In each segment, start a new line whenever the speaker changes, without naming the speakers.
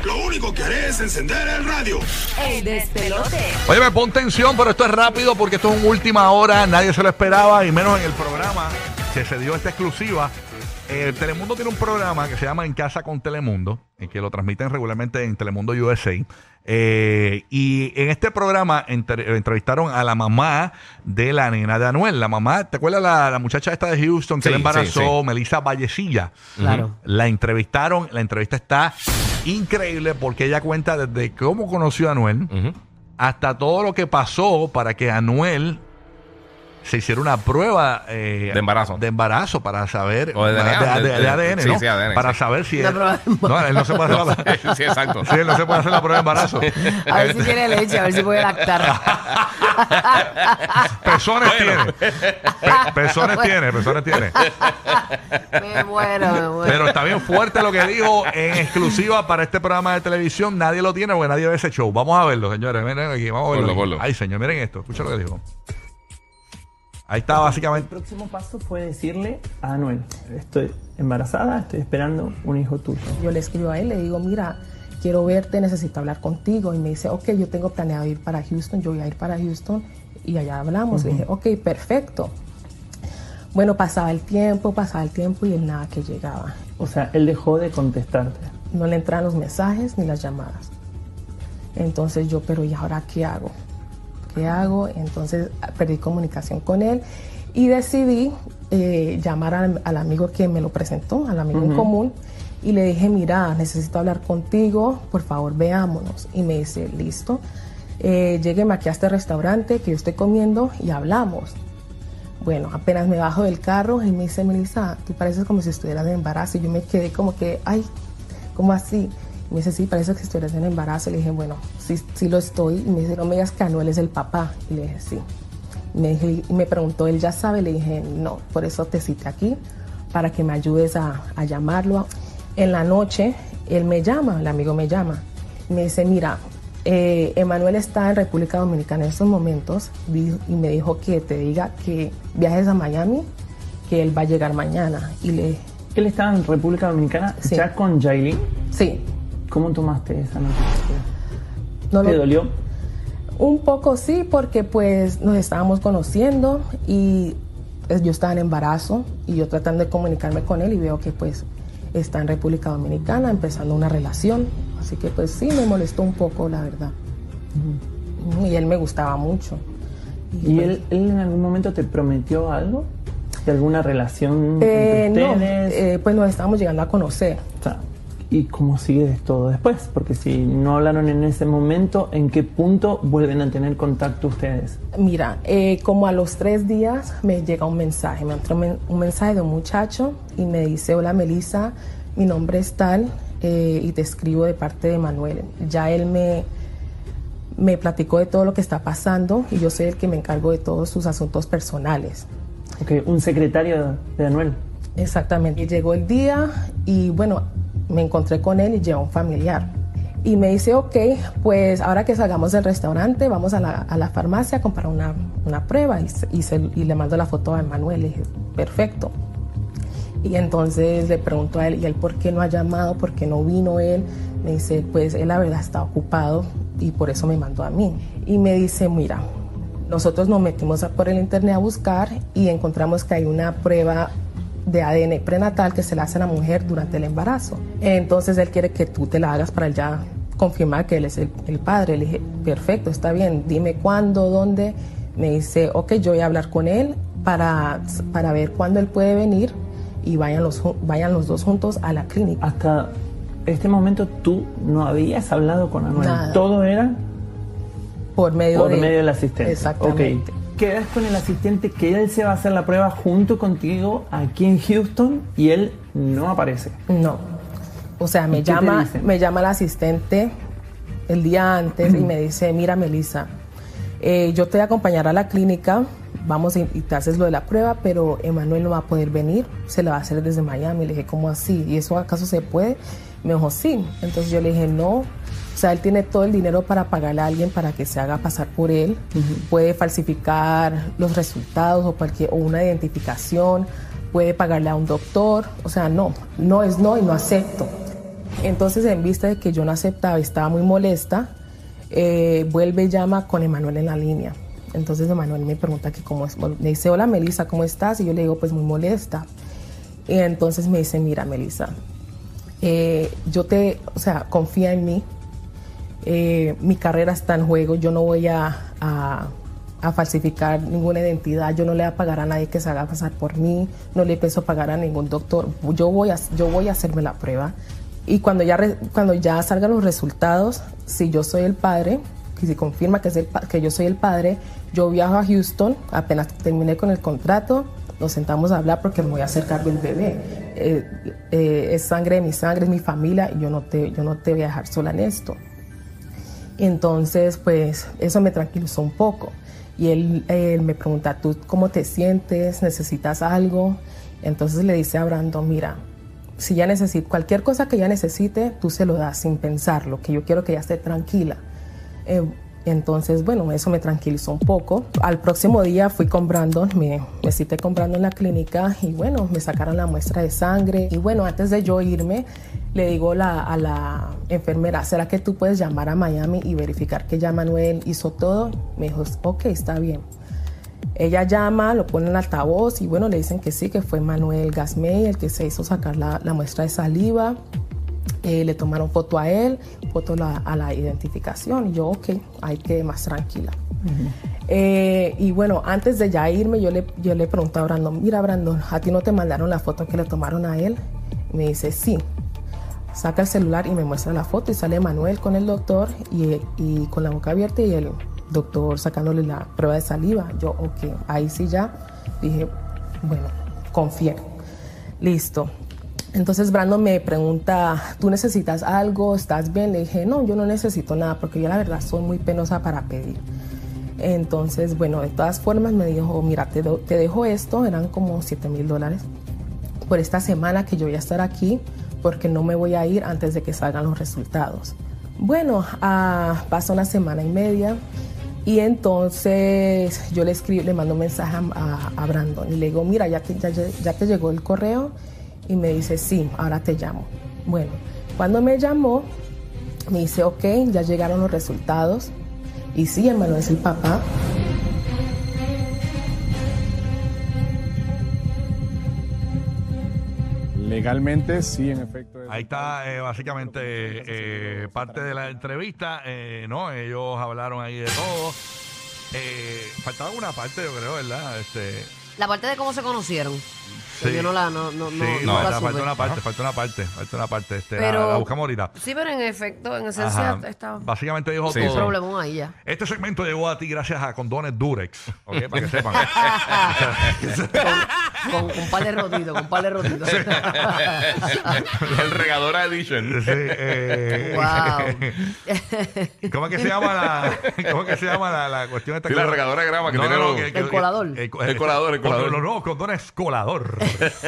Lo único que haré es encender el radio.
El despelote.
Oye, me pon tensión, pero esto es rápido porque esto es en última hora. Nadie se lo esperaba y menos en el programa que se dio esta exclusiva. Telemundo tiene un programa que se llama En Casa con Telemundo, que lo transmiten regularmente en Telemundo USA. Y en este programa entrevistaron a la mamá de la nena de Anuel. La mamá, ¿te acuerdas la muchacha esta de Houston que la embarazó? Melissa Vallecilla.
Claro.
La entrevistaron. La entrevista está increíble porque ella cuenta desde cómo conoció a Anuel hasta todo lo que pasó para que Anuel se hiciera una prueba
de embarazo
para saber
o de
ADN,
sí,
¿no?
sí, ADN,
para
sí.
saber si
Una prueba de
no, él no se puede hacer la
Sí, exacto.
sí, él no se puede hacer la prueba de embarazo.
A ver si tiene leche, a ver si puede lactar.
Pezones tiene. Pezones tiene.
Me muero.
Pero está bien fuerte lo que dijo en exclusiva para este programa de televisión. Nadie lo tiene porque nadie ve ese show. Vamos a verlo, señores. Miren aquí, vamos a verlo.
Ponlo.
Ay, señor, miren esto. Escucha lo que dijo. Ahí está básicamente.
El próximo paso fue decirle a Anuel, estoy embarazada, estoy esperando un hijo tuyo.
Yo le escribo a él, le digo, mira, quiero verte, necesito hablar contigo. Y me dice, ok, yo tengo planeado ir para Houston, yo voy a ir para Houston. Y allá hablamos. Le dije, ok, perfecto. Bueno, pasaba el tiempo y él nada que llegaba.
O sea, él dejó de contestarte.
No le entraban los mensajes ni las llamadas. Entonces yo, pero ¿y ahora qué hago? ¿Qué hago? Entonces perdí comunicación con él y decidí llamar al amigo que me lo presentó, al amigo en común, y le dije, mira, necesito hablar contigo, por favor veámonos. Y me dice, listo, llégueme aquí a este restaurante que yo estoy comiendo y hablamos. Bueno, apenas me bajo del carro y me dice, Melissa, tú pareces como si estuvieras en embarazo. Y yo me quedé como que, ay, ¿cómo así? Y me dice, sí, parece que estuvieras en embarazo. Y le dije, bueno, sí lo estoy. Y me dice, no me digas que Anuel es el papá. Y le dije, sí. Y me preguntó, ¿él ya sabe? Le dije, no, por eso te cité aquí, para que me ayudes a llamarlo. En la noche, él me llama, el amigo me llama. Y me dice, mira, Emanuel está en República Dominicana en estos momentos. Y me dijo que te diga que viajes a Miami, que él va a llegar mañana. Y le...
¿Él estaba en República Dominicana ya con Yailin?
Sí.
¿Cómo tomaste esa noticia?
No
¿Te dolió?
Un poco sí, porque pues nos estábamos conociendo y yo estaba en embarazo y yo tratando de comunicarme con él y veo que pues está en República Dominicana empezando una relación. Así que pues sí, me molestó un poco, la verdad. Y él me gustaba mucho.
¿Y
pues,
él en algún momento te prometió algo? ¿De alguna relación entre ustedes?
No, pues nos estábamos llegando a conocer.
O sea, ¿y cómo sigue todo después? Porque si no hablaron en ese momento, ¿en qué punto vuelven a tener contacto ustedes?
Mira, como a los 3 días me llega un mensaje. Me entró un mensaje de un muchacho y me dice, hola Melissa, mi nombre es tal y te escribo de parte de Manuel. Ya él me platicó de todo lo que está pasando y yo soy el que me encargo de todos sus asuntos personales.
Ok, un secretario de Anuel.
Exactamente. Y llegó el día y bueno, me encontré con él y llegó un familiar. Y me dice, ok, pues ahora que salgamos del restaurante, vamos a la farmacia a comprar una prueba. Y le mando la foto a Emanuel. Le dije, perfecto. Y entonces le pregunto a él, ¿y él por qué no ha llamado? ¿Por qué no vino él? Me dice, pues él la verdad está ocupado y por eso me mandó a mí. Y me dice, mira, nosotros nos metimos por el internet a buscar y encontramos que hay una prueba de ADN prenatal que se le hace a la mujer durante el embarazo. Entonces él quiere que tú te la hagas para él ya confirmar que él es el padre. Le dije, perfecto, está bien, dime cuándo, dónde. Me dice, ok, yo voy a hablar con él para ver cuándo él puede venir y vayan los dos juntos a la clínica.
Hasta este momento tú no habías hablado con Anuel.
Nada.
Todo era
por medio del
asistente.
Exactamente.
Okay. Quedas con el asistente que él se va a hacer la prueba junto contigo aquí en Houston y él no aparece.
No. O sea, me llama el asistente el día antes y me dice, mira Melissa, yo te voy a acompañar a la clínica, vamos y te haces lo de la prueba, pero Emanuel no va a poder venir, se la va a hacer desde Miami. Le dije, ¿cómo así? ¿Y eso acaso se puede? Me dijo, sí. Entonces yo le dije, no. O sea, él tiene todo el dinero para pagarle a alguien para que se haga pasar por él. Puede falsificar los resultados o una identificación. Puede pagarle a un doctor. O sea, no es no y no acepto. Entonces, en vista de que yo no aceptaba y estaba muy molesta, vuelve y llama con Emanuel en la línea. Entonces Emanuel me pregunta que cómo es, me dice, hola Melissa, ¿cómo estás? Y yo le digo, pues muy molesta. Y entonces me dice, mira Melissa, confía en mí, mi carrera está en juego, yo no voy a falsificar ninguna identidad, yo no le voy a pagar a nadie que se haga pasar por mí, no le pienso pagar a ningún doctor, yo voy a hacerme la prueba. Y cuando ya salgan los resultados, si yo soy el padre, si confirma que yo soy el padre, yo viajo a Houston, apenas terminé con el contrato, nos sentamos a hablar porque me voy a hacer cargo del bebé. Es sangre de mi sangre, es mi familia, y yo no te voy a dejar sola en esto. Entonces, pues, eso me tranquilizó un poco. Y él me pregunta, ¿tú cómo te sientes? ¿Necesitas algo? Entonces le dice a Brandon, mira, si ella necesita, cualquier cosa que ella necesite, tú se lo das sin pensarlo, que yo quiero que ella esté tranquila. Entonces, bueno, eso me tranquilizó un poco. Al próximo día fui con Brandon, me cité con Brandon en la clínica y bueno, me sacaron la muestra de sangre. Y bueno, antes de yo irme, le digo a la enfermera, ¿será que tú puedes llamar a Miami y verificar que ya Manuel hizo todo? Me dijo, ok, está bien. Ella llama, lo pone en altavoz y bueno, le dicen que sí, que fue Manuel Gasmey el que se hizo sacar la muestra de saliva. Le tomaron foto a él, foto a la identificación y yo, ok, ahí quedé más tranquila. Y bueno, antes de ya irme, yo le pregunté a Brandon, mira Brandon, ¿a ti no te mandaron la foto que le tomaron a él? Y me dice, sí. Saca el celular y me muestra la foto y sale Manuel con el doctor y con la boca abierta y el doctor sacándole la prueba de saliva. Yo, ok, ahí sí ya dije, bueno, confié. Listo. Entonces Brandon me pregunta, ¿tú necesitas algo? ¿Estás bien? Le dije, no, yo no necesito nada porque yo la verdad soy muy penosa para pedir. Entonces, bueno, de todas formas me dijo, mira, te dejo esto, eran como $7,000 por esta semana que yo voy a estar aquí porque no me voy a ir antes de que salgan los resultados. Bueno, pasó una semana y media y entonces yo le mando un mensaje a Brandon y le digo, mira, ya te llegó el correo. Y me dice, sí, ahora te llamo. Bueno, cuando me llamó, me dice, ok, ya llegaron los resultados. Y sí, Emanuel es el papá.
Legalmente, sí, en efecto.
Ahí está básicamente parte de la entrevista. ¿No? Ellos hablaron ahí de todo. Faltaba una parte, yo creo, ¿verdad?
La parte de cómo se conocieron.
Sí.
Yo no la
falta una parte.
Pero,
la buscamos ahorita.
Sí, pero en efecto, en esencia está.
Básicamente dijo
Sí,
todo.
problemón ahí ya.
Este segmento llegó a ti gracias a Condones Durex. ¿Ok? Para que sepan.
con un par de rotitos.
El regadora edition.
Sí,
Wow.
¿Cómo es que se llama la cuestión esta?
Sí, la regadora de grama que tiene
el colador.
El colador.
Los nuevos condones colador.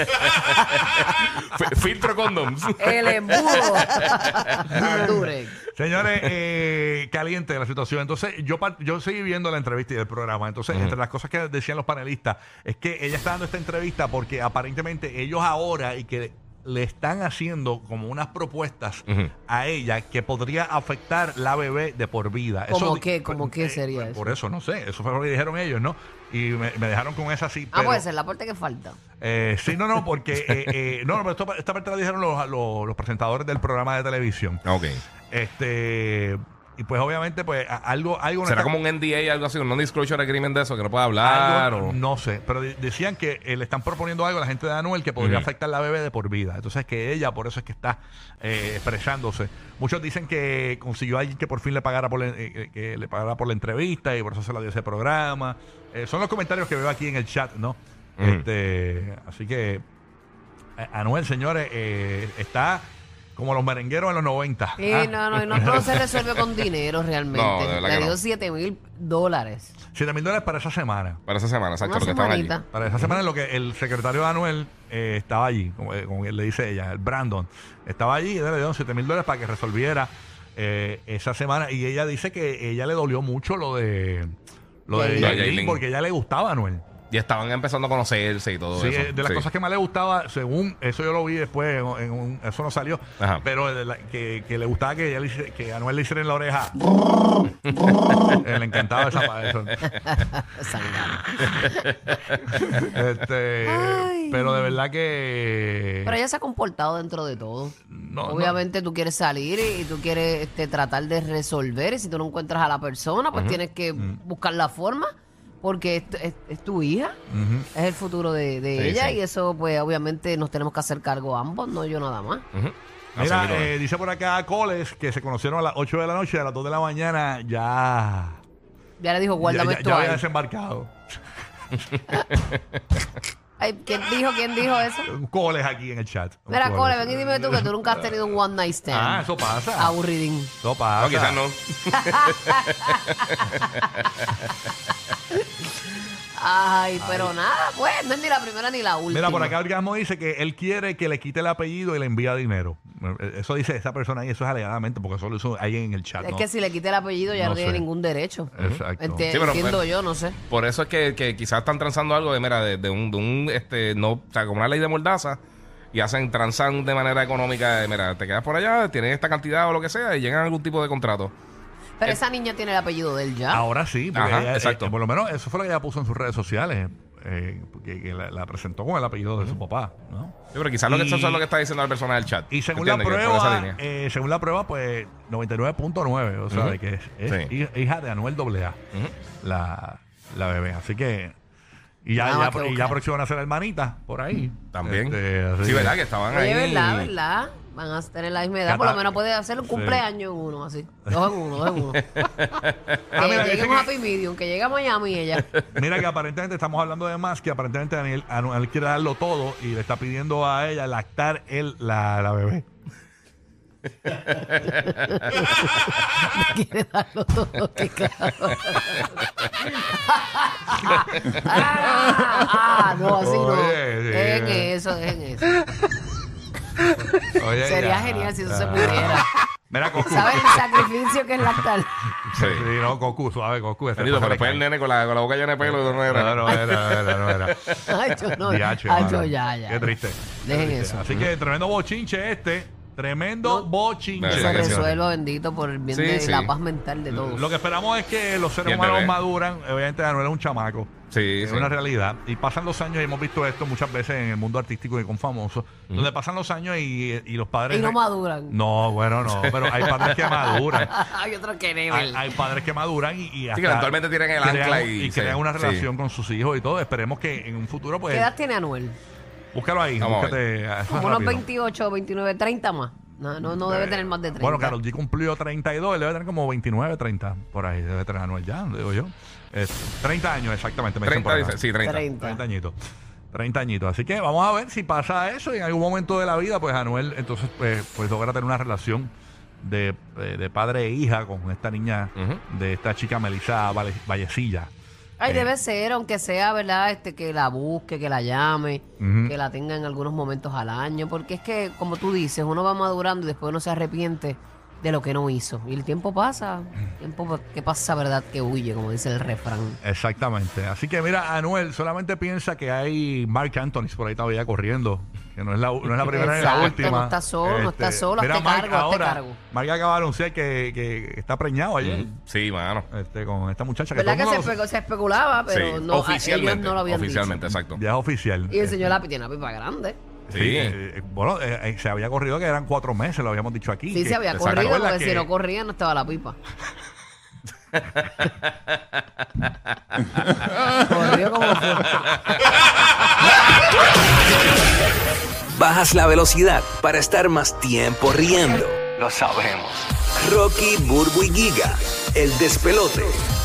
Filtro condoms.
El embudo. Durex.
Señores, caliente la situación. Entonces, yo seguí viendo la entrevista y el programa. Entonces, entre las cosas que decían los panelistas, es que ella está dando esta entrevista porque aparentemente ellos ahora y que le están haciendo como unas propuestas a ella que podría afectar la bebé de por vida.
¿Cómo qué sería eso?
Por eso, no sé. Eso fue lo que dijeron ellos, ¿no? Y me dejaron con esa así.
Puede ser la parte que falta.
Sí, porque pero esta parte la dijeron los presentadores del programa de televisión.
Ok.
Y pues obviamente pues algo
¿Será como un NDA, algo así, un non-disclosure agreement de eso, que no puede hablar?
No sé, pero decían que le están proponiendo algo a la gente de Anuel que podría afectar a la bebé de por vida. Entonces que ella por eso es que está expresándose. Muchos dicen que consiguió a alguien que por fin le pagara por la entrevista y por eso se la dio ese programa. Son los comentarios que veo aquí en el chat, ¿no? Así que Anuel, señores, está como los merengueros en los 90.
Sí, no todo se resuelve con dinero realmente.
No, de verdad
le
que
dio
no.
$7,000.
$7,000 para esa semana.
Para esa semana, exacto,
Una
lo que estaban allí.
semanita.
Para esa semana en lo que el secretario de Anuel estaba allí, como le dice ella, el Brandon. Estaba allí y le dieron $7,000 para que resolviera esa semana. Y ella dice que ella le dolió mucho lo de Yailin, porque ella le gustaba a Anuel.
Y estaban empezando a conocerse y todo
Sí,
eso.
de las cosas que más le gustaba, según eso yo lo vi después, eso no salió,
Ajá.
pero que le gustaba que Anuel le hiciera en la oreja. Le encantaba eso.
Sangana.
Pero de verdad que...
Pero ella se ha comportado dentro de todo.
No,
Obviamente tú quieres salir y tú quieres tratar de resolver. Y si tú no encuentras a la persona, pues tienes que buscar la forma. Porque es tu hija, es el futuro de ella.
sí.
Y eso, pues, obviamente nos tenemos que hacer cargo ambos, no yo nada más.
Mira, dice por acá Coles que se conocieron a las 8 de la noche, a las 2 de la mañana ya...
Ya le dijo, guárdame esto
ya
ahí.
había desembarcado.
Ay, ¿quién dijo eso?
Un Coles aquí en el chat. Un
Mira, Cole, ven y dime tú que tú nunca has tenido un one night stand.
Ah, eso pasa.
Aburridín.
Eso pasa.
No, quizás no.
Ay, pero nada, pues, no es ni la primera ni la última.
Mira, por acá Orgasmo dice que él quiere que le quite el apellido y le envía dinero. Eso dice esa persona y eso es alegadamente porque solo eso hay en el chat.
Es
¿no?
que si le quite el apellido ya
No
no tiene
sé.
ningún derecho.
Exacto.
Sí, pero-
Entiendo yo, no sé.
Por eso es que quizás están transando algo de, mira, de un no, o sea, como una ley de mordaza, y transan de manera económica, de, mira, te quedas por allá, tienes esta cantidad o lo que sea, y llegan a algún tipo de contrato.
Pero esa niña tiene el apellido de él ya.
Ahora sí, porque
Ajá,
ella,
exacto.
por lo menos eso fue lo que ella puso en sus redes sociales. Porque que la presentó con el apellido de su papá, ¿no?
Sí, pero quizás eso es lo que está diciendo la persona del chat.
Y según la
¿Entiendes? Que por esa
prueba,
línea.
según la prueba, pues 99.9, o sea, de que es hija de Anuel AA, la bebé. Así que y ya,
Nada más que
ya
buscar.
próximo van a ser hermanitas por ahí.
También.
Así
Sí,
que-
¿verdad? Que estaban
Oye,
ahí.
¿verdad? Van a tener la misma edad. Por lo menos puede hacer un cumpleaños en uno, así. Dos en uno.
mira,
Que llegue
dice
un
que-
Happy Medium, que llegue a Miami y ella.
Mira que aparentemente estamos hablando de más, que aparentemente Anuel quiere darlo todo y le está pidiendo a ella lactar la bebé.
Quiere darlo todo, qué cabrón. No, así no.
Oye, sí.
Dejen eso.
Oye,
Sería
ya.
genial si eso se pudiera.
Mira, Goku.
¿Sabes el sacrificio que es lactar?
Sí, no, Goku, suave, Goku.
Pero después el nene con la boca llena de pelo. No era.
No era.
Ay, yo no.
Diache,
Ay,
mano.
yo ya.
Qué triste.
Dejen
Qué triste.
eso.
Así que tremendo bochinche Tremendo bochinche.
Que
Sí,
se
que sí.
resuelva, bendito, por el bien
Sí,
de
sí.
la paz mental de todos.
Lo que esperamos es que los
Y
seres
el
humanos
bebé.
maduran. Obviamente Anuel es un chamaco.
Sí,
Es
sí.
una realidad. Y pasan los años, y hemos visto esto muchas veces en el mundo artístico y con famosos, donde pasan los años y los padres...
Y no maduran.
No, bueno, no, pero hay padres que maduran.
Hay otro que
Hay padres que maduran y hasta
que eventualmente tienen el ancla y
crean una
sí.
relación con sus hijos y todo. Esperemos que en un futuro, pues...
¿Qué edad tiene Anuel?
Búscalo ahí,
Vamos a
búscate... eso es
Como unos
rápido.
28, 29, 30 más. No debe tener más de 30.
Bueno, Karol G cumplió 32, él debe tener como 29, 30, por ahí debe tener Anuel ya, digo yo. 30 años exactamente, me dicen
30,
por acá.
dice. Sí, 30.
30 añitos. 30 añitos. Así que vamos a ver si pasa eso y en algún momento de la vida, pues Anuel entonces pues logra tener una relación de padre e hija con esta niña, de esta chica Melissa Vallecilla.
Ay, debe ser, aunque sea, ¿verdad? Que la busque, que la llame, que la tenga en algunos momentos al año. Porque es que, como tú dices, uno va madurando y después uno se arrepiente de lo que no hizo. Y el tiempo pasa. Tiempo que pasa, ¿verdad? Que huye, como dice el refrán.
Exactamente. Así que mira, Anuel solamente piensa que hay Marc Anthony por ahí todavía corriendo. Que no es la primera ni la
Exacto,
última.
no está solo, no está solo, hazte
Marc
cargo, hazte
ahora,
cargo.
Marc acaba de anunciar que está preñado ayer.
Sí, mano.
Con esta muchacha que
¿Verdad
todo
que
el mundo
se especulaba? Pero
Sí,
no, ellos
oficialmente.
no lo habían
Oficialmente, exacto.
ya es oficial.
dicho. Y el señor Lápiz tiene una pipa grande.
Sí, bueno, se había corrido que eran 4 meses, lo habíamos dicho aquí.
Sí,
que-
se había
Exacto.
corrido,
¿Recuerdas
porque
que-
si no corría no estaba la pipa. Corrió como fue.
Bajas la velocidad para estar más tiempo riendo. Lo sabemos. Rocky, Burbu y Giga, el despelote.